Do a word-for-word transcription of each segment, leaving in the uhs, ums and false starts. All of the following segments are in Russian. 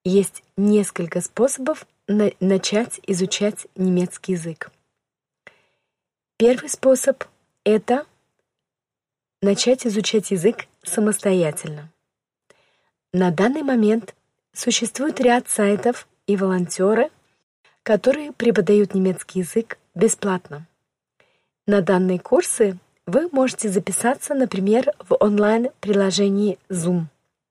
есть несколько способов на- начать изучать немецкий язык. Первый способ — это начать изучать язык самостоятельно. На данный момент существует ряд сайтов и волонтеры, которые преподают немецкий язык бесплатно. На данные курсы вы можете записаться, например, в онлайн-приложении Zoom.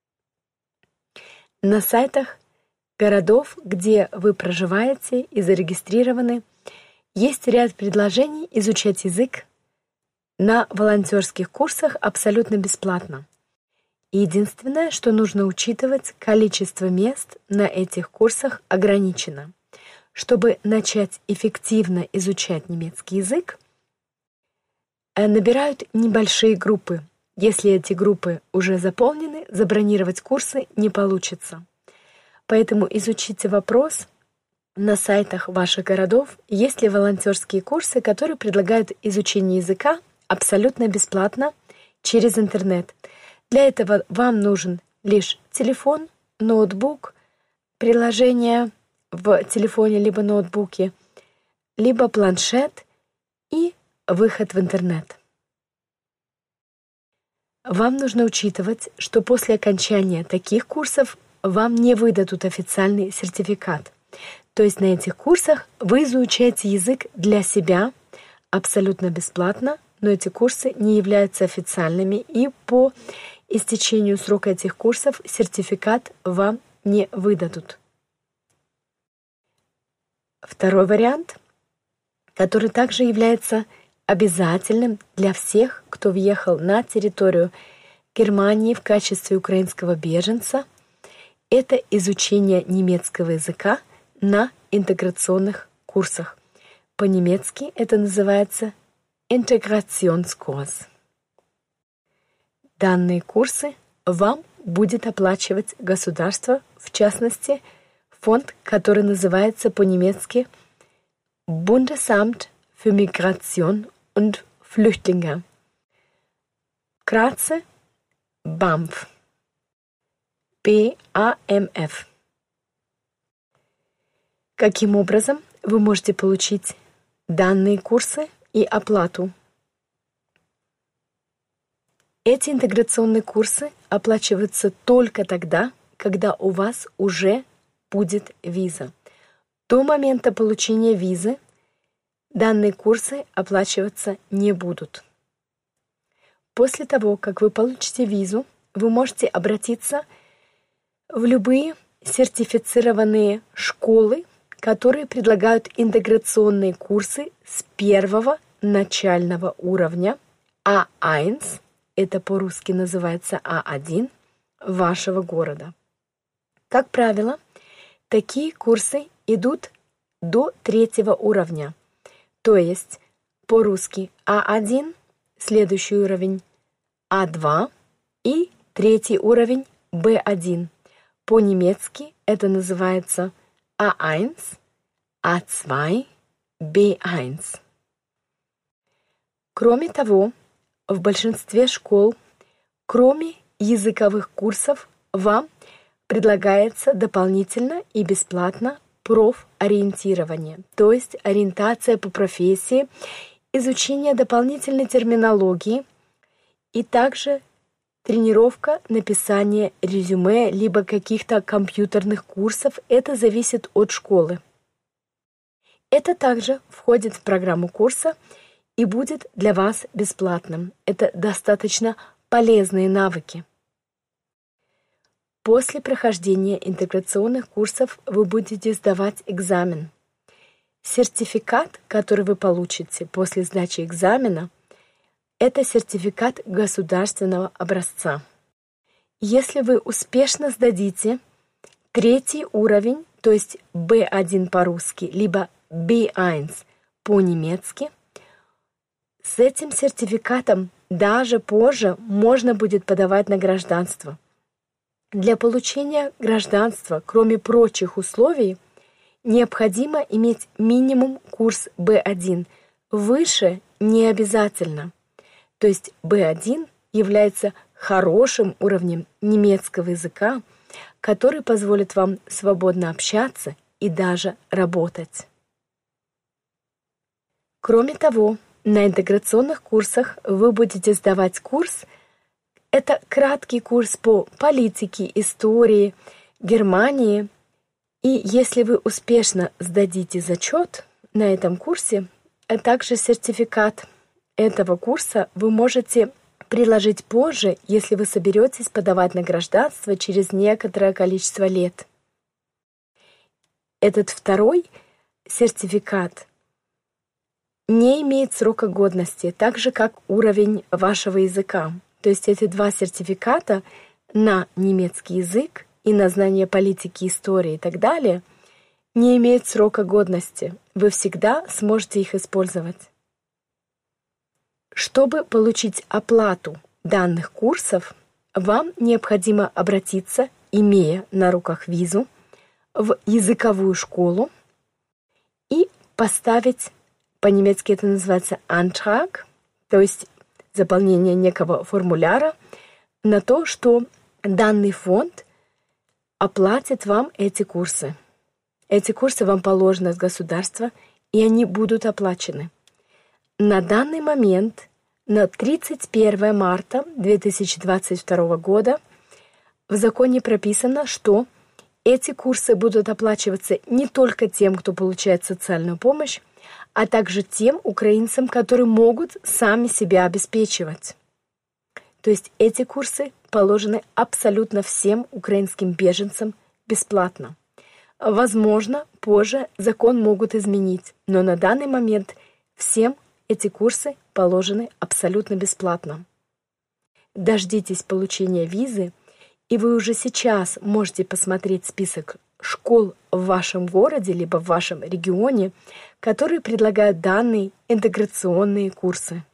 На сайтах городов, где вы проживаете и зарегистрированы, есть ряд предложений изучать язык на волонтерских курсах абсолютно бесплатно. Единственное, что нужно учитывать, количество мест на этих курсах ограничено. Чтобы начать эффективно изучать немецкий язык, набирают небольшие группы. Если эти группы уже заполнены, забронировать курсы не получится. Поэтому изучите вопрос на сайтах ваших городов, есть ли волонтерские курсы, которые предлагают изучение языка абсолютно бесплатно через интернет. Для этого вам нужен лишь телефон, ноутбук, приложение в телефоне либо ноутбуке, либо планшет и выход в интернет. Вам нужно учитывать, что после окончания таких курсов вам не выдадут официальный сертификат. То есть на этих курсах вы изучаете язык для себя абсолютно бесплатно, но эти курсы не являются официальными, и по истечению срока этих курсов сертификат вам не выдадут. Второй вариант, который также является обязательным для всех, кто въехал на территорию Германии в качестве украинского беженца, это изучение немецкого языка на интеграционных курсах. По-немецки это называется Integrationskurs. Данные курсы вам будет оплачивать государство, в частности, фонд, который называется по-немецки Bundesamt für Migration und Flüchtlinge. Вкратце БАМФ. бэ а эм эф. Каким образом вы можете получить данные курсы и оплату? Эти интеграционные курсы оплачиваются только тогда, когда у вас уже будет виза. До момента получения визы данные курсы оплачиваться не будут. После того, как вы получите визу, вы можете обратиться в любые сертифицированные школы, которые предлагают интеграционные курсы с первого начального уровня а один, это по-русски называется а один, вашего города. Как правило, такие курсы идут до третьего уровня, то есть по-русски а один, следующий уровень а два и третий уровень бэ один. По-немецки это называется а один, а два, бэ один. Кроме того, в большинстве школ, кроме языковых курсов, вам предлагается дополнительно и бесплатно профориентирование, то есть ориентация по профессии, изучение дополнительной терминологии и также тренировка написания резюме либо каких-то компьютерных курсов. Это зависит от школы. Это также входит в программу курса и будет для вас бесплатным. Это достаточно полезные навыки. После прохождения интеграционных курсов вы будете сдавать экзамен. Сертификат, который вы получите после сдачи экзамена, это сертификат государственного образца. Если вы успешно сдадите третий уровень, то есть бэ один по-русски, либо бэ один по-немецки, с этим сертификатом даже позже можно будет подавать на гражданство. Для получения гражданства, кроме прочих условий, необходимо иметь минимум курс бэ один. Выше не обязательно. То есть бэ один является хорошим уровнем немецкого языка, который позволит вам свободно общаться и даже работать. Кроме того, на интеграционных курсах вы будете сдавать курс. Это краткий курс по политике, истории Германии. И если вы успешно сдадите зачет на этом курсе, а также сертификат этого курса вы можете приложить позже, если вы соберетесь подавать на гражданство через некоторое количество лет. Этот второй сертификат не имеет срока годности, так же как уровень вашего языка. То есть эти два сертификата на немецкий язык и на знание политики, истории и так далее не имеют срока годности. Вы всегда сможете их использовать. Чтобы получить оплату данных курсов, вам необходимо обратиться, имея на руках визу, в языковую школу и поставить, по-немецки это называется Antrag, то есть заполнение некого формуляра, на то, что данный фонд оплатит вам эти курсы. Эти курсы вам положены от государства, и они будут оплачены. На данный момент, на тридцать первое марта две тысячи двадцать второго года, в законе прописано, что эти курсы будут оплачиваться не только тем, кто получает социальную помощь, а также тем украинцам, которые могут сами себя обеспечивать. То есть эти курсы положены абсолютно всем украинским беженцам бесплатно. Возможно, позже закон могут изменить, но на данный момент всем эти курсы положены абсолютно бесплатно. Дождитесь получения визы, и вы уже сейчас можете посмотреть список школ в вашем городе либо в вашем регионе, которые предлагают данные интеграционные курсы.